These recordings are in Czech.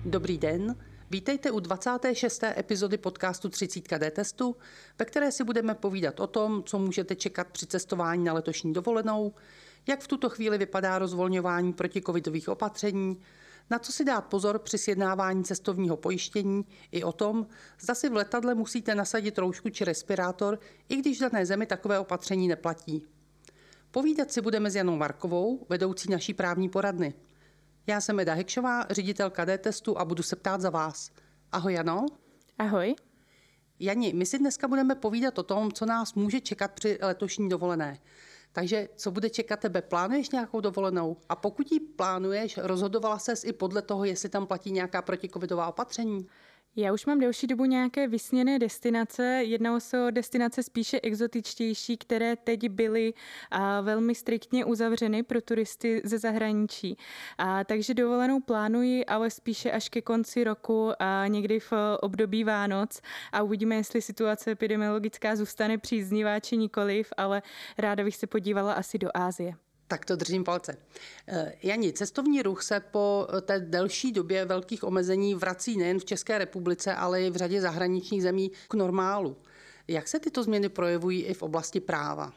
Dobrý den, vítejte u 26. epizody podcastu 30 D-testu, ve které si budeme povídat o tom, co můžete čekat při cestování na letošní dovolenou, jak v tuto chvíli vypadá rozvolňování protikovidových opatření, na co si dát pozor při sjednávání cestovního pojištění i o tom, zda si v letadle musíte nasadit roušku či respirátor, i když v dané zemi takové opatření neplatí. Povídat si budeme s Janou Markovou, vedoucí naší právní poradny. Já jsem Eda Hekšová, ředitelka D-testu a budu se ptát za vás. Ahoj Jano. Ahoj. Jani, my si dneska budeme povídat o tom, co nás může čekat při letošní dovolené. Takže co bude čekat tebe? Plánuješ nějakou dovolenou? A pokud ji plánuješ, rozhodovala ses i podle toho, jestli tam platí nějaká protikovidová opatření? Já už mám delší dobu nějaké vysněné destinace. Jednalo se o destinace spíše exotičtější, které teď byly velmi striktně uzavřeny pro turisty ze zahraničí. Takže dovolenou plánuji, ale spíše až ke konci roku, někdy v období Vánoc a uvidíme, jestli situace epidemiologická zůstane příznivá či nikoliv, ale ráda bych se podívala asi do Asie. Tak to držím palce. Jani, cestovní ruch se po té delší době velkých omezení vrací nejen v České republice, ale i v řadě zahraničních zemí k normálu. Jak se tyto změny projevují i v oblasti práva?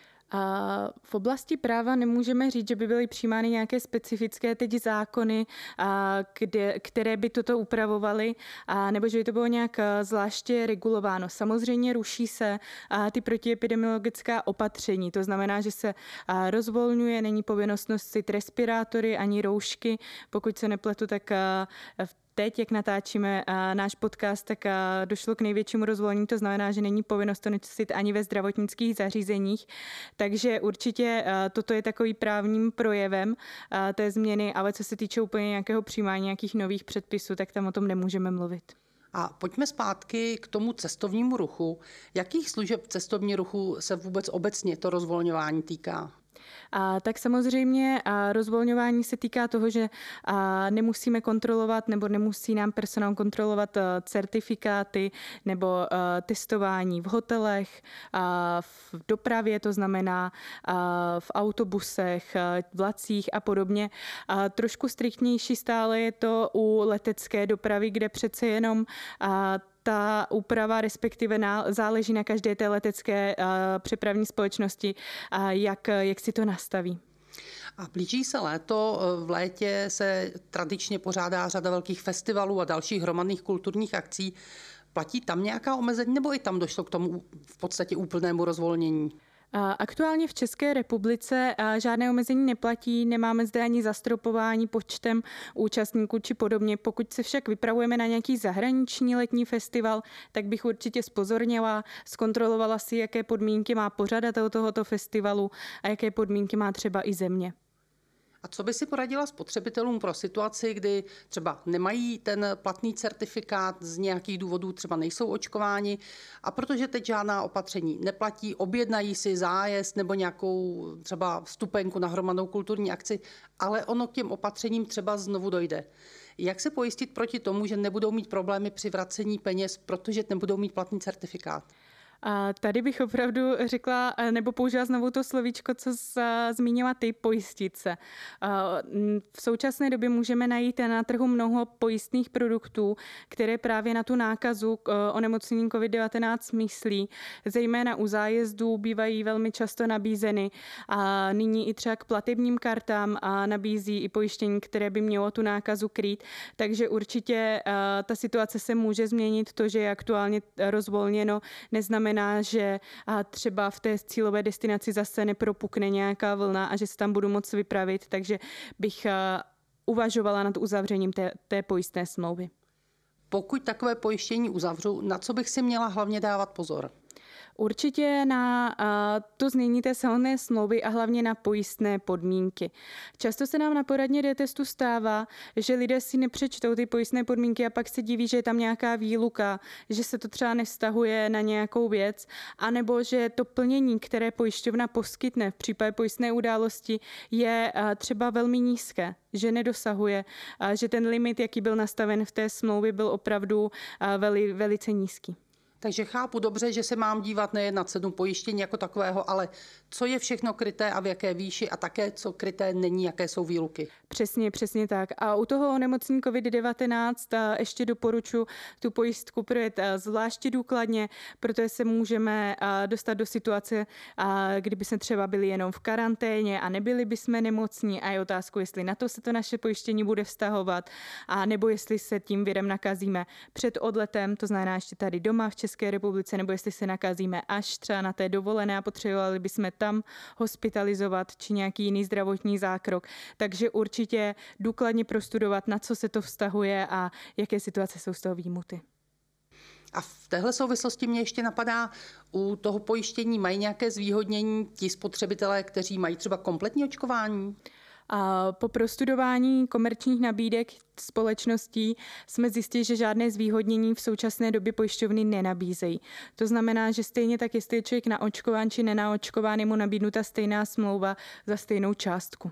V oblasti práva nemůžeme říct, že by byly přijímány nějaké specifické teď zákony, které by toto upravovaly, nebo že by to bylo nějak zvláště regulováno. Samozřejmě ruší se ty protiepidemiologická opatření, to znamená, že se rozvolňuje, není povinnost nosit respirátory ani roušky, pokud se nepletu, tak teď, jak natáčíme náš podcast, tak došlo k největšímu rozvolnění, to znamená, že není povinnost to nosit ani ve zdravotnických zařízeních. Takže určitě toto je takový právním projevem té změny, ale co se týče úplně nějakého přijímání nějakých nových předpisů, tak tam o tom nemůžeme mluvit. A pojďme zpátky k tomu cestovnímu ruchu. Jakých služeb cestovní ruchu se vůbec obecně to rozvolňování týká? Tak samozřejmě rozvolňování se týká toho, že nemusíme kontrolovat nebo nemusí nám personál kontrolovat certifikáty nebo testování v hotelech, v dopravě, to znamená v autobusech, vlacích a podobně. Trošku striktnější stále je to u letecké dopravy, kde přece jenom ta úprava, respektive záleží na každé té letecké přepravní společnosti, jak si to nastaví. A blíží se léto, v létě se tradičně pořádá řada velkých festivalů a dalších hromadných kulturních akcí. Platí tam nějaká omezení, nebo i tam došlo k tomu v podstatě úplnému rozvolnění? Aktuálně v České republice žádné omezení neplatí, nemáme zde ani zastropování počtem účastníků či podobně. Pokud se však vypravujeme na nějaký zahraniční letní festival, tak bych určitě zpozorněla, zkontrolovala si, jaké podmínky má pořadatel tohoto festivalu a jaké podmínky má třeba i země. A co by si poradila spotřebitelům pro situaci, kdy třeba nemají ten platný certifikát, z nějakých důvodů třeba nejsou očkováni a protože teď žádná opatření neplatí, objednají si zájezd nebo nějakou třeba vstupenku na hromadnou kulturní akci, ale ono k těm opatřením třeba znovu dojde. Jak se pojistit proti tomu, že nebudou mít problémy při vracení peněz, protože nebudou mít platný certifikát? A tady bych opravdu řekla, nebo použila znovu to slovíčko, co zmínila ty, pojistit se. V současné době můžeme najít na trhu mnoho pojistných produktů, které právě na tu nákazu onemocněním COVID-19 myslí. Zejména u zájezdů bývají velmi často nabízeny a nyní i třeba k platebním kartám nabízí i pojištění, které by mělo tu nákazu krýt. Takže určitě ta situace se může změnit. To, že je aktuálně rozvolněno, neznamená, že třeba v té cílové destinaci zase nepropukne nějaká vlna a že se tam budu moct vypravit, takže bych uvažovala nad uzavřením té pojistné smlouvy. Pokud takové pojištění uzavřu, na co bych si měla hlavně dávat pozor? Určitě na to znění té samotné smlouvy a hlavně na pojistné podmínky. Často se nám na poradně D-testu stává, že lidé si nepřečtou ty pojistné podmínky a pak se diví, že je tam nějaká výluka, že se to třeba nevztahuje na nějakou věc, anebo že to plnění, které pojišťovna poskytne v případě pojistné události, je třeba velmi nízké, že nedosahuje, že ten limit, jaký byl nastaven v té smlouvě, byl opravdu velice nízký. Takže chápu dobře, že se mám dívat nejen na cenu pojištění jako takového, ale co je všechno kryté a v jaké výši a také co kryté není, jaké jsou výluky. Přesně tak. A u toho onemocnění COVID-19 ještě doporučuji tu pojistku projet zvláště důkladně, protože se můžeme dostat do situace, kdyby jsme třeba byli jenom v karanténě a nebyli bychom nemocní a je otázku, jestli na to se to naše pojištění bude vztahovat, a nebo jestli se tím virem nakazíme před odletem, to znamená ještě tady doma v České republice, nebo jestli se nakazíme až třeba na té dovolené a potřebovali bychom tam hospitalizovat či nějaký jiný zdravotní zákrok. Takže určitě důkladně prostudovat, na co se to vztahuje a jaké situace jsou z toho výjimuty. A v téhle souvislosti mě ještě napadá, u toho pojištění mají nějaké zvýhodnění ti spotřebitelé, kteří mají třeba kompletní očkování? A po prostudování komerčních nabídek společností jsme zjistili, že žádné zvýhodnění v současné době pojišťovny nenabízejí. To znamená, že stejně tak, jestli je člověk naočkován či nenaočkován, je mu nabídnuta stejná smlouva za stejnou částku.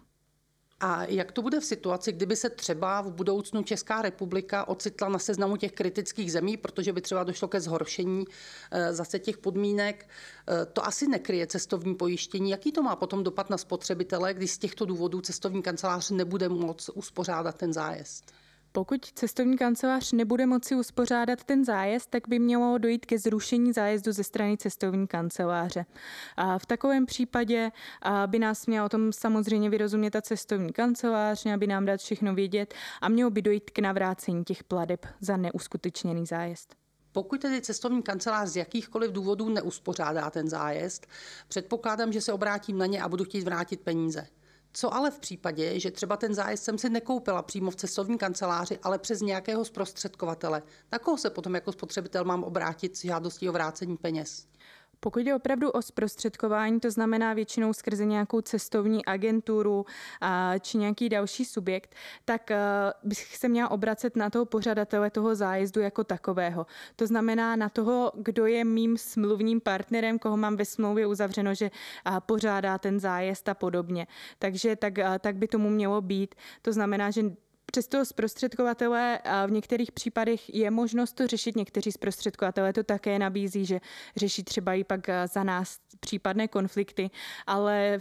A jak to bude v situaci, kdyby se třeba v budoucnu Česká republika ocitla na seznamu těch kritických zemí, protože by třeba došlo ke zhoršení zase těch podmínek? To asi nekryje cestovní pojištění. Jaký to má potom dopad na spotřebitele, když z těchto důvodů cestovní kancelář nebude moct uspořádat ten zájezd? Pokud cestovní kancelář nebude moci uspořádat ten zájezd, tak by mělo dojít ke zrušení zájezdu ze strany cestovní kanceláře. A v takovém případě by nás měla o tom samozřejmě vyrozumět ta cestovní kancelář, měla by nám dát všechno vědět a mělo by dojít k navrácení těch plateb za neuskutečněný zájezd. Pokud tedy cestovní kancelář z jakýchkoliv důvodů neuspořádá ten zájezd, předpokládám, že se obrátím na ně a budu chtít vrátit peníze. Co ale v případě, že třeba ten zájezd jsem si nekoupila přímo v cestovní kanceláři, ale přes nějakého zprostředkovatele? Na koho se potom jako spotřebitel mám obrátit s žádostí o vrácení peněz? Pokud jde opravdu o zprostředkování, to znamená většinou skrze nějakou cestovní agenturu či nějaký další subjekt, tak bych se měla obracet na toho pořadatele toho zájezdu jako takového. To znamená na toho, kdo je mým smluvním partnerem, koho mám ve smlouvě uzavřeno, že pořádá ten zájezd a podobně. Takže tak by tomu mělo být. To znamená, že přes toho zprostředkovatele v některých případech je možnost to řešit. Někteří zprostředkovatelé to také nabízí, že řeší třeba i pak za nás případné konflikty, ale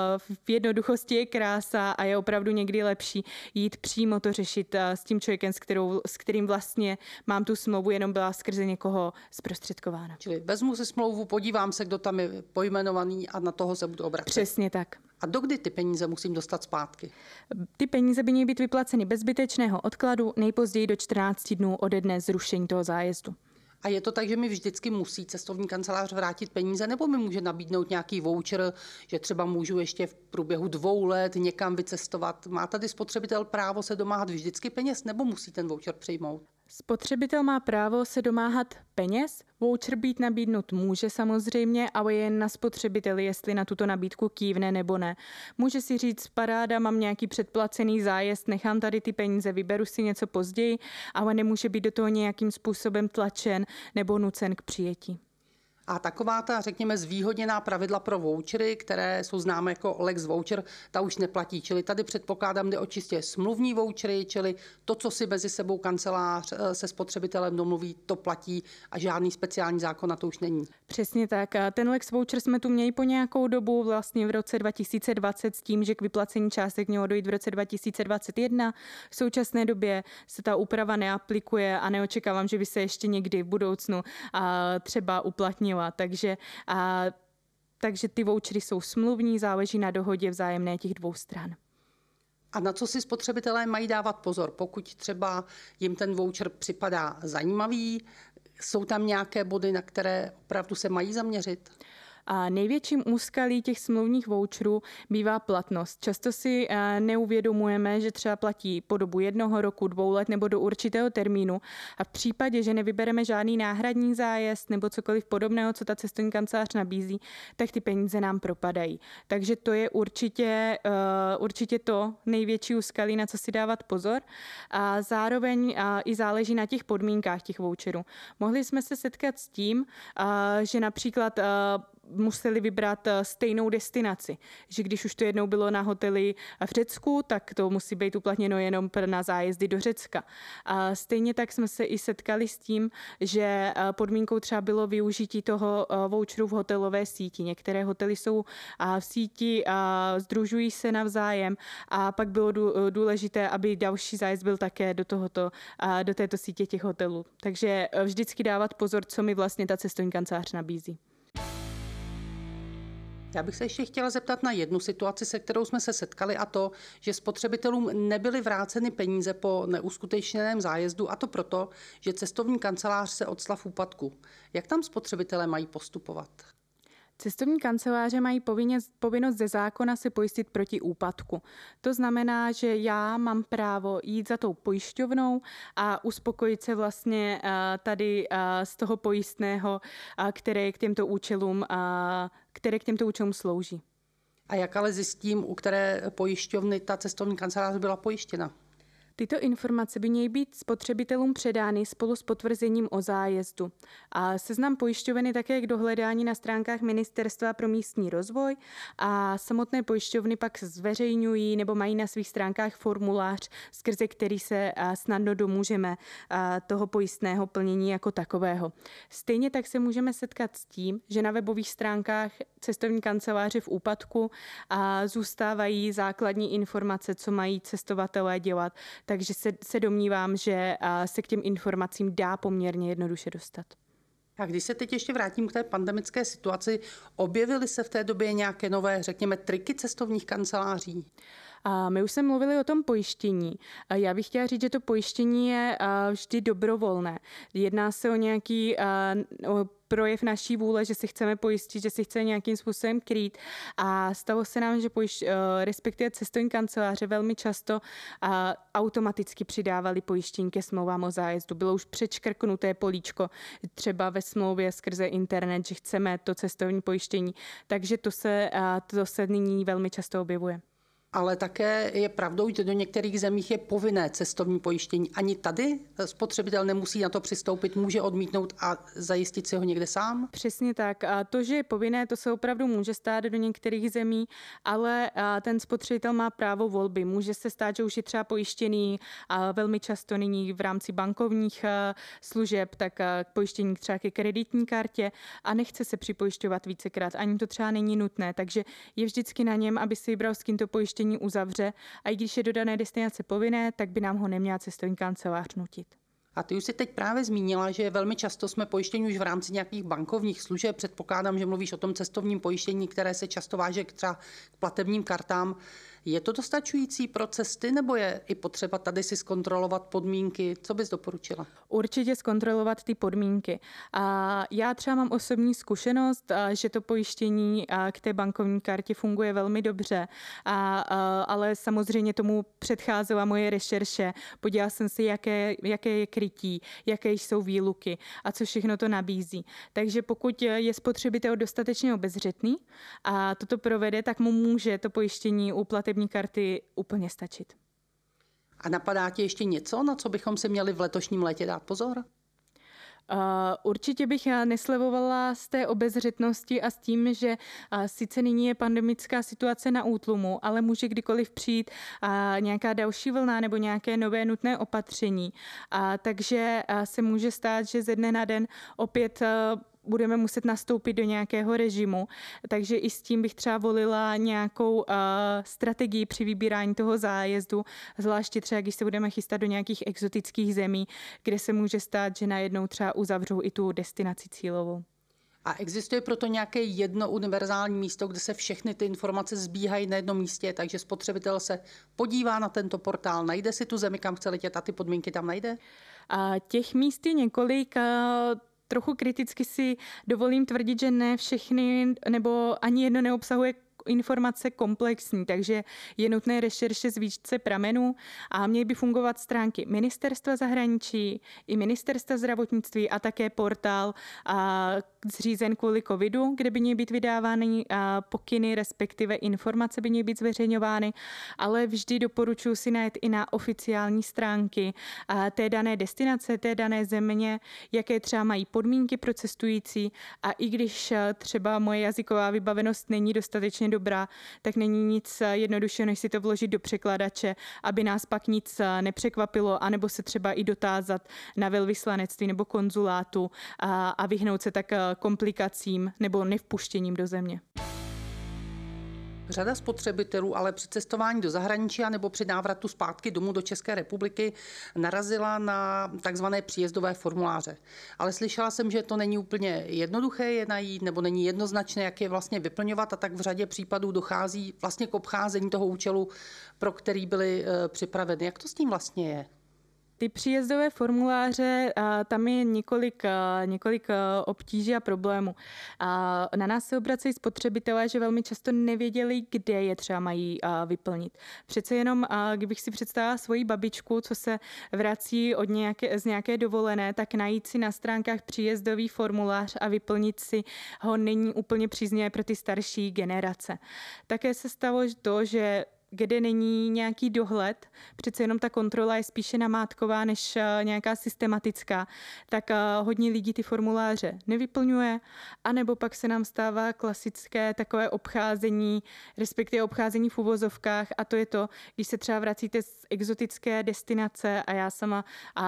v jednoduchosti je krása a je opravdu někdy lepší jít přímo to řešit s tím člověkem, s kterým vlastně mám tu smlouvu, jenom byla skrze někoho zprostředkována. Čili vezmu si smlouvu, podívám se, kdo tam je pojmenovaný a na toho se budu obracet. Přesně tak. A dokdy ty peníze musím dostat zpátky? Ty peníze by měly být vyplaceny bez zbytečného odkladu nejpozději do 14 dnů ode dne zrušení toho zájezdu. A je to tak, že mi vždycky musí cestovní kancelář vrátit peníze, nebo mi může nabídnout nějaký voucher, že třeba můžu ještě v průběhu 2 let někam vycestovat? Má tady spotřebitel právo se domáhat vždycky peněz, nebo musí ten voucher přijmout? Spotřebitel má právo se domáhat peněz, voucher být nabídnut může samozřejmě, ale jen na spotřebiteli, jestli na tuto nabídku kývne nebo ne. Může si říct, paráda, mám nějaký předplacený zájezd, nechám tady ty peníze, vyberu si něco později, ale nemůže být do toho nějakým způsobem tlačen nebo nucen k přijetí. A taková ta, řekněme, zvýhodněná pravidla pro vouchery, které jsou známé jako Lex Voucher, ta už neplatí. Čili tady předpokládám, jde o čistě smluvní vouchery, čili to, co si mezi sebou kancelář se spotřebitelem domluví, to platí a žádný speciální zákon na to už není. Přesně tak. A ten Lex Voucher jsme tu měli po nějakou dobu, vlastně v roce 2020 s tím, že k vyplacení částek mělo dojít v roce 2021. V současné době se ta úprava neaplikuje a neočekávám, že by se ještě někdy v budoucnu třeba uplatnila. Takže ty vouchery jsou smluvní, záleží na dohodě vzájemné těch 2 stran. A na co si spotřebitelé mají dávat pozor, pokud třeba jim ten voucher připadá zajímavý? Jsou tam nějaké body, na které opravdu se mají zaměřit? A největším úskalí těch smluvních voucherů bývá platnost. Často si neuvědomujeme, že třeba platí po dobu 1 roku, 2 let nebo do určitého termínu a v případě, že nevybereme žádný náhradní zájezd nebo cokoliv podobného, co ta cestovní kancelář nabízí, tak ty peníze nám propadají. Takže to je určitě to největší úskalí, na co si dávat pozor. A zároveň i záleží na těch podmínkách těch voucherů. Mohli jsme se setkat s tím, že například museli vybrat stejnou destinaci. Že když už to jednou bylo na hoteli v Řecku, tak to musí být uplatněno jenom na zájezdy do Řecka. A stejně tak jsme se i setkali s tím, že podmínkou třeba bylo využití toho voucheru v hotelové síti. Některé hotely jsou v síti, sdružují se navzájem a pak bylo důležité, aby další zájezd byl také do této sítě těch hotelů. Takže vždycky dávat pozor, co mi vlastně ta cestovní kancelář nabízí. Já bych se ještě chtěla zeptat na jednu situaci, se kterou jsme se setkali, a to, že spotřebitelům nebyly vráceny peníze po neuskutečněném zájezdu, a to proto, že cestovní kancelář se octla v úpadku. Jak tam spotřebitelé mají postupovat? Cestovní kanceláře mají povinnost ze zákona se pojistit proti úpadku. To znamená, že já mám právo jít za tou pojišťovnou a uspokojit se vlastně tady z toho pojistného, které k těmto účelům slouží. A jak ale zjistím, u které pojišťovny ta cestovní kancelář byla pojištěna? Tyto informace by měly být spotřebitelům předány spolu s potvrzením o zájezdu. A seznam pojišťoven je také k dohledání na stránkách Ministerstva pro místní rozvoj a samotné pojišťovny pak zveřejňují nebo mají na svých stránkách formulář, skrze který se snadno domůžeme toho pojistného plnění jako takového. Stejně tak se můžeme setkat s tím, že na webových stránkách cestovní kanceláře v úpadku zůstávají základní informace, co mají cestovatelé dělat. Takže se domnívám, že se k těm informacím dá poměrně jednoduše dostat. A když se teď ještě vrátím k té pandemické situaci, objevily se v té době nějaké nové, řekněme, triky cestovních kanceláří? My už jsme mluvili o tom pojištění. Já bych chtěla říct, že to pojištění je vždy dobrovolné. Jedná se o nějaký projev naší vůle, že si chceme pojistit, že si chce nějakým způsobem krýt. A stalo se nám, že respektive cestovní kanceláře velmi často automaticky přidávali pojištění ke smlouvám o zájezdu. Bylo už přečkrknuté políčko, třeba ve smlouvě skrze internet, že chceme to cestovní pojištění. Takže to se nyní velmi často objevuje. Ale také je pravdou, že do některých zemích je povinné cestovní pojištění. Ani tady spotřebitel nemusí na to přistoupit, může odmítnout a zajistit si ho někde sám? Přesně tak. A to, že je povinné, to se opravdu může stát do některých zemí, ale ten spotřebitel má právo volby. Může se stát, že už je třeba pojištěný a velmi často nyní v rámci bankovních služeb, tak pojištění třeba ke kreditní kartě a nechce se připojišťovat vícekrát. Ani to třeba není nutné, takže je vždycky na něm, aby si vybral, s kým to pojištění uzavře, a i když je do dané destinace povinné, tak by nám ho neměla cestovní kancelář nutit. A ty už si teď právě zmínila, že velmi často jsme pojištěni už v rámci nějakých bankovních služeb. Předpokládám, že mluvíš o tom cestovním pojištění, které se často váže třeba k platebním kartám. Je to dostačující pro cesty, nebo je i potřeba tady si zkontrolovat podmínky? Co bys doporučila? Určitě zkontrolovat ty podmínky. A já třeba mám osobní zkušenost, že to pojištění k té bankovní kartě funguje velmi dobře, ale samozřejmě tomu předcházela moje rešerše. Podívala jsem si, jaké je krytí, jaké jsou výluky a co všechno to nabízí. Takže pokud je spotřebitel dostatečně obezřetný a toto provede, tak mu může to pojištění u platební karty úplně stačit. A napadá ti ještě něco, na co bychom si měli v letošním létě dát pozor? Určitě bych neslevovala z té obezřetnosti a s tím, že sice nyní je pandemická situace na útlumu, ale může kdykoliv přijít nějaká další vlna nebo nějaké nové nutné opatření. Takže se může stát, že ze dne na den opět budeme muset nastoupit do nějakého režimu, takže i s tím bych třeba volila nějakou strategii při vybírání toho zájezdu, zvláště třeba, když se budeme chystat do nějakých exotických zemí, kde se může stát, že najednou třeba uzavřou i tu destinaci cílovou. A existuje proto nějaké jedno univerzální místo, kde se všechny ty informace sbíhají na jednom místě, takže spotřebitel se podívá na tento portál, najde si tu zemi, kam chce letět a ty podmínky tam najde? Těch míst je několik. Trochu kriticky si dovolím tvrdit, že ne všechny nebo ani jedno neobsahuje informace komplexní, takže je nutné rešerše z více pramenů a měly by fungovat stránky Ministerstva zahraničí i Ministerstva zdravotnictví a také portál zřízen kvůli covidu, kde by měly být vydávány pokyny, respektive informace by měly být zveřejňovány, ale vždy doporučuji si najít i na oficiální stránky té dané destinace, té dané země, jaké třeba mají podmínky pro cestující a i když třeba moje jazyková vybavenost není dostatečně dobrá, tak není nic jednoduššího, než si to vložit do překladače, aby nás pak nic nepřekvapilo, anebo se třeba i dotázat na velvyslanectví nebo konzulátu a vyhnout se tak komplikacím nebo nevpuštěním do země. Řada spotřebitelů ale při cestování do zahraničí nebo při návratu zpátky domů do České republiky narazila na takzvané příjezdové formuláře. Ale slyšela jsem, že to není úplně jednoduché je najít nebo není jednoznačné, jak je vlastně vyplňovat a tak v řadě případů dochází vlastně k obcházení toho účelu, pro který byly připraveny. Jak to s tím vlastně je? Ty příjezdové formuláře, tam je několik obtíží a problémů. Na nás se obracejí spotřebitelé, že velmi často nevěděli, kde je třeba mají vyplnit. Přece jenom, kdybych si představila svoji babičku, co se vrací z nějaké dovolené, tak najít si na stránkách příjezdový formulář a vyplnit si ho není úplně příznivé pro ty starší generace. Také se stalo to, že kde není nějaký dohled, přece jenom ta kontrola je spíše namátková než nějaká systematická, tak hodně lidí ty formuláře nevyplňuje, anebo pak se nám stává klasické takové obcházení, respektive obcházení v uvozovkách a to je to, když se třeba vracíte z exotické destinace a já sama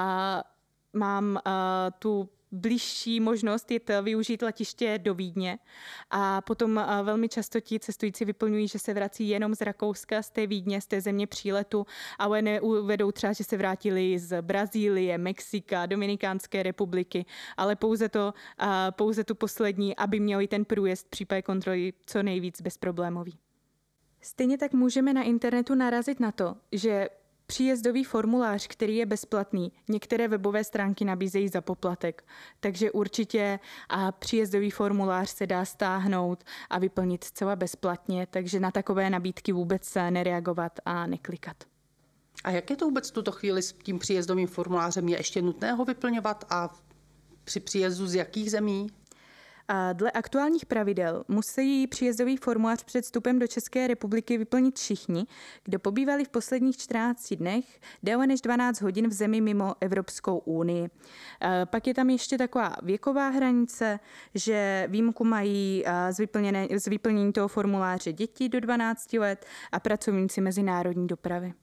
mám tu bližší možnost je využít letiště do Vídně a potom velmi často ti cestující vyplňují, že se vrací jenom z Rakouska, z té Vídně, z té země příletu, ale neuvedou třeba, že se vrátili z Brazílie, Mexika, Dominikánské republiky, ale pouze tu poslední, aby měli ten průjezd v případě kontroly co nejvíc bezproblémový. Stejně tak můžeme na internetu narazit na to, že příjezdový formulář, který je bezplatný, některé webové stránky nabízejí za poplatek, takže určitě příjezdový formulář se dá stáhnout a vyplnit zcela bezplatně, takže na takové nabídky vůbec nereagovat a neklikat. A jak je to vůbec v tuto chvíli s tím příjezdovým formulářem? Je ještě nutné ho vyplňovat a při příjezdu z jakých zemí? Dle aktuálních pravidel musí příjezdový formulář před vstupem do České republiky vyplnit všichni, kdo pobývali v posledních 14 dnech déle než 12 hodin v zemi mimo Evropskou unii. Pak je tam ještě taková věková hranice, že výjimku mají z vyplnění toho formuláře děti do 12 let a pracovníci mezinárodní dopravy.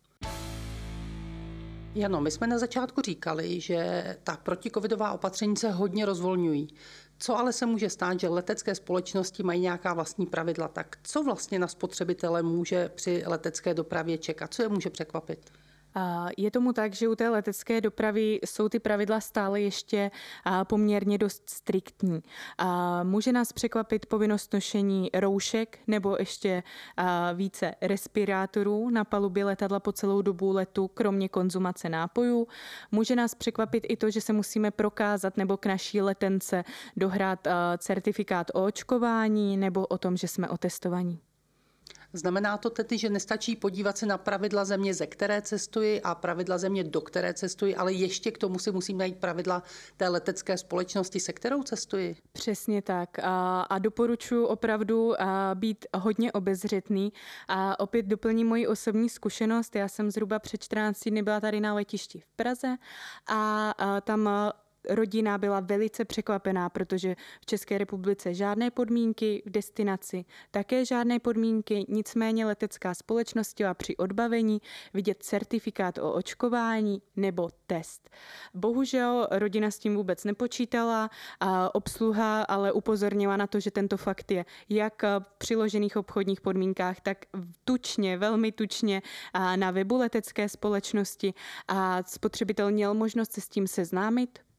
Jano, my jsme na začátku říkali, že ta protikovidová opatření se hodně rozvolňují. Co ale se může stát, že letecké společnosti mají nějaká vlastní pravidla? Tak co vlastně na spotřebitele může při letecké dopravě čekat? Co je může překvapit? Je tomu tak, že u té letecké dopravy jsou ty pravidla stále ještě poměrně dost striktní. Může nás překvapit povinnost nošení roušek nebo ještě více respirátorů na palubě letadla po celou dobu letu, kromě konzumace nápojů. Může nás překvapit i to, že se musíme prokázat nebo k naší letence dohrát certifikát o očkování nebo o tom, že jsme otestovaní. Znamená to tedy, že nestačí podívat se na pravidla země, ze které cestuji a pravidla země, do které cestuji, ale ještě k tomu si musím najít pravidla té letecké společnosti, se kterou cestuji? Přesně tak. A doporučuji opravdu být hodně obezřetný. A opět doplním moji osobní zkušenost. Já jsem zhruba před 14 dny byla tady na letišti v Praze a tam rodina byla velice překvapená, protože v České republice žádné podmínky, v destinaci také žádné podmínky, nicméně letecká společnost chtěla při odbavení vidět certifikát o očkování nebo test. Bohužel rodina s tím vůbec nepočítala a obsluha ale upozornila na to, že tento fakt je jak v přiložených obchodních podmínkách, tak tučně, velmi tučně na webu letecké společnosti a spotřebitel měl možnost se s tím seznámit,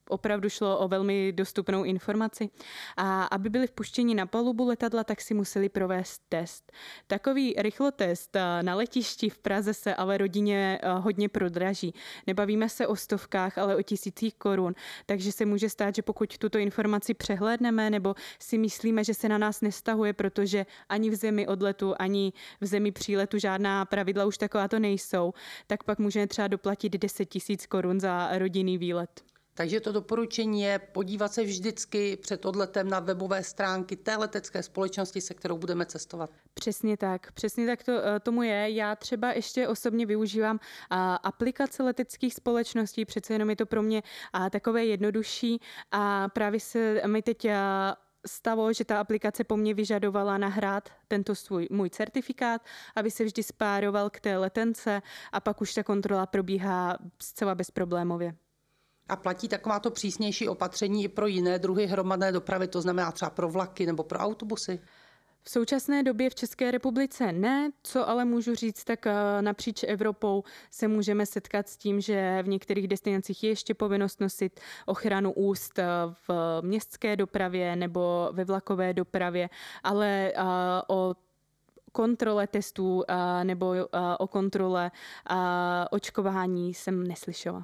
opravdu šlo o velmi dostupnou informaci. A aby byli vpuštěni na palubu letadla, tak si museli provést test. Takový rychlotest na letišti v Praze se ale rodině hodně prodraží. Nebavíme se o stovkách, ale o tisících korun. Takže se může stát, že pokud tuto informaci přehlédneme nebo si myslíme, že se na nás nestahuje, protože ani v zemi odletu, ani v zemi příletu žádná pravidla už takováto nejsou, tak pak můžeme třeba doplatit 10 000 korun za rodinný výlet. Takže to doporučení je podívat se vždycky před odletem na webové stránky té letecké společnosti, se kterou budeme cestovat. Přesně tak tomu je. Já třeba ještě osobně využívám aplikace leteckých společností, přece jenom je to pro mě takové jednodušší a právě se mi teď stalo, že ta aplikace po mně vyžadovala nahrát tento můj certifikát, aby se vždy spároval k té letence a pak už ta kontrola probíhá zcela bezproblémově. A platí takováto přísnější opatření i pro jiné druhy hromadné dopravy, to znamená třeba pro vlaky nebo pro autobusy? V současné době v České republice ne, co ale můžu říct, tak napříč Evropou se můžeme setkat s tím, že v některých destinacích je ještě povinnost nosit ochranu úst v městské dopravě nebo ve vlakové dopravě, ale o kontrole testů nebo o kontrole očkování jsem neslyšela.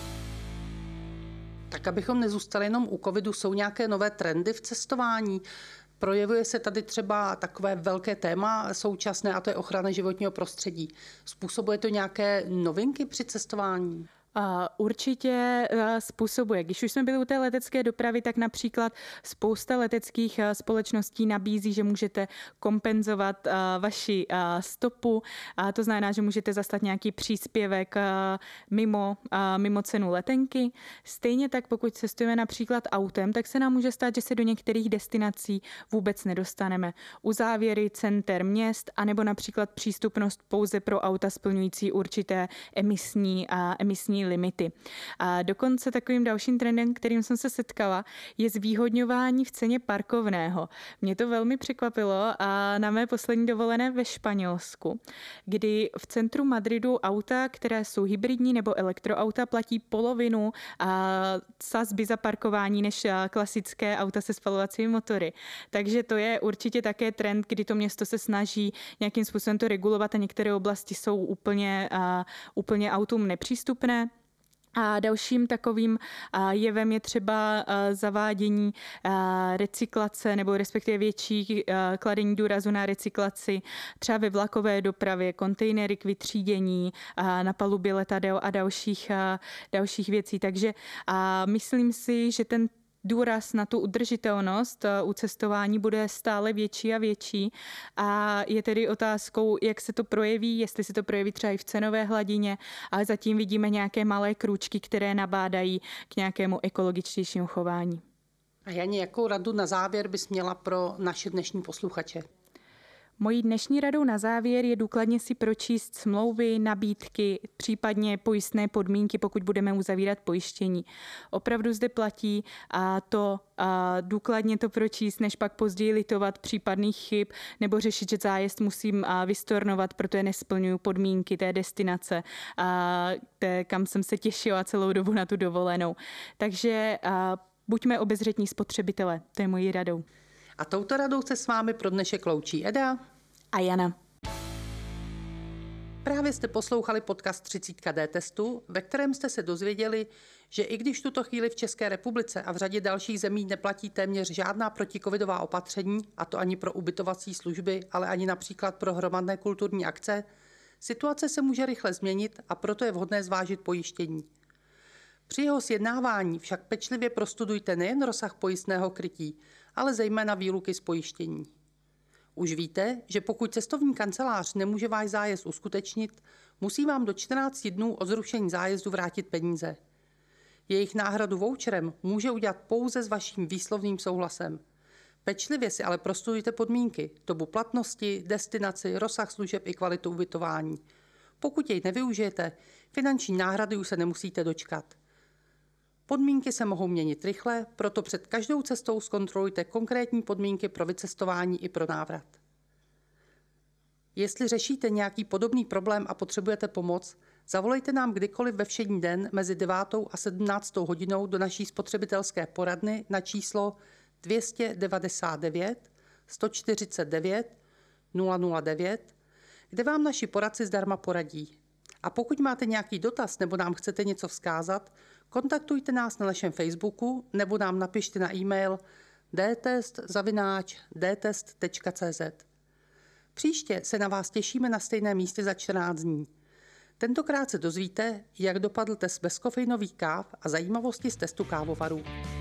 Tak abychom nezůstali jenom u covidu, jsou nějaké nové trendy v cestování? Projevuje se tady třeba takové velké téma současné, a to je ochrana životního prostředí. Způsobuje to nějaké novinky při cestování? Určitě způsobuje. Když už jsme byli u té letecké dopravy, tak například spousta leteckých společností nabízí, že můžete kompenzovat vaši stopu. To znamená, že můžete zaslat nějaký příspěvek mimo cenu letenky. Stejně tak, pokud cestujeme například autem, tak se nám může stát, že se do některých destinací vůbec nedostaneme. Uzávěry center měst, anebo například přístupnost pouze pro auta splňující určité emisní limity. A dokonce takovým dalším trendem, kterým jsem se setkala, je zvýhodňování v ceně parkovného. Mě to velmi překvapilo a na mé poslední dovolené ve Španělsku, kdy v centru Madridu auta, které jsou hybridní nebo elektroauta, platí polovinu sazby za parkování než klasické auta se spalovacími motory. Takže to je určitě také trend, kdy to město se snaží nějakým způsobem to regulovat a některé oblasti jsou úplně autům nepřístupné. A dalším takovým jevem je třeba zavádění recyklace nebo respektive větší kladení důrazu na recyklaci třeba ve vlakové dopravě, kontejnery k vytřídění, na palubě letadel a dalších věcí. Takže myslím si, že ten důraz na tu udržitelnost u cestování bude stále větší a větší a je tedy otázkou, jak se to projeví, jestli se to projeví třeba i v cenové hladině, ale zatím vidíme nějaké malé krůčky, které nabádají k nějakému ekologičtějšímu chování. A Janě, jakou radu na závěr bys měla pro naše dnešní posluchače? Mojí dnešní radou na závěr je důkladně si pročíst smlouvy, nabídky, případně pojistné podmínky, pokud budeme uzavírat pojištění. Opravdu zde platí důkladně to pročíst, než pak později litovat případných chyb nebo řešit, že zájezd musím vystornovat, protože nesplňuji podmínky té destinace, kam jsem se těšila celou dobu na tu dovolenou. Takže buďme obezřetní spotřebitelé, to je mojí radou. A touto radou se s vámi pro dnešek loučí Eda a Jana. Právě jste poslouchali podcast 30D testu, ve kterém jste se dozvěděli, že i když v tuto chvíli v České republice a v řadě dalších zemí neplatí téměř žádná protikovidová opatření, a to ani pro ubytovací služby, ale ani například pro hromadné kulturní akce, situace se může rychle změnit a proto je vhodné zvážit pojištění. Při jeho sjednávání však pečlivě prostudujte nejen rozsah pojistného krytí, ale zejména výluky z pojištění. Už víte, že pokud cestovní kancelář nemůže váš zájezd uskutečnit, musí vám do 14 dnů od zrušení zájezdu vrátit peníze. Jejich náhradu voucherem může udělat pouze s vaším výslovným souhlasem. Pečlivě si ale prostudujte podmínky, dobu platnosti, destinaci, rozsah služeb i kvalitu ubytování. Pokud jej nevyužijete, finanční náhrady už se nemusíte dočkat. Podmínky se mohou měnit rychle, proto před každou cestou zkontrolujte konkrétní podmínky pro vycestování i pro návrat. Jestli řešíte nějaký podobný problém a potřebujete pomoc, Zavolejte nám kdykoliv ve všední den mezi 9. a 17. hodinou do naší spotřebitelské poradny na číslo 299 149 009, kde vám naši poradci zdarma poradí. A pokud máte nějaký dotaz nebo nám chcete něco vzkázat, kontaktujte nás na našem Facebooku nebo nám napište na e-mail dtest@dtest.cz. Příště se na vás těšíme na stejném místě za 14 dní. Tentokrát se dozvíte, jak dopadl test bezkofeinových káv a zajímavosti z testu kávovarů.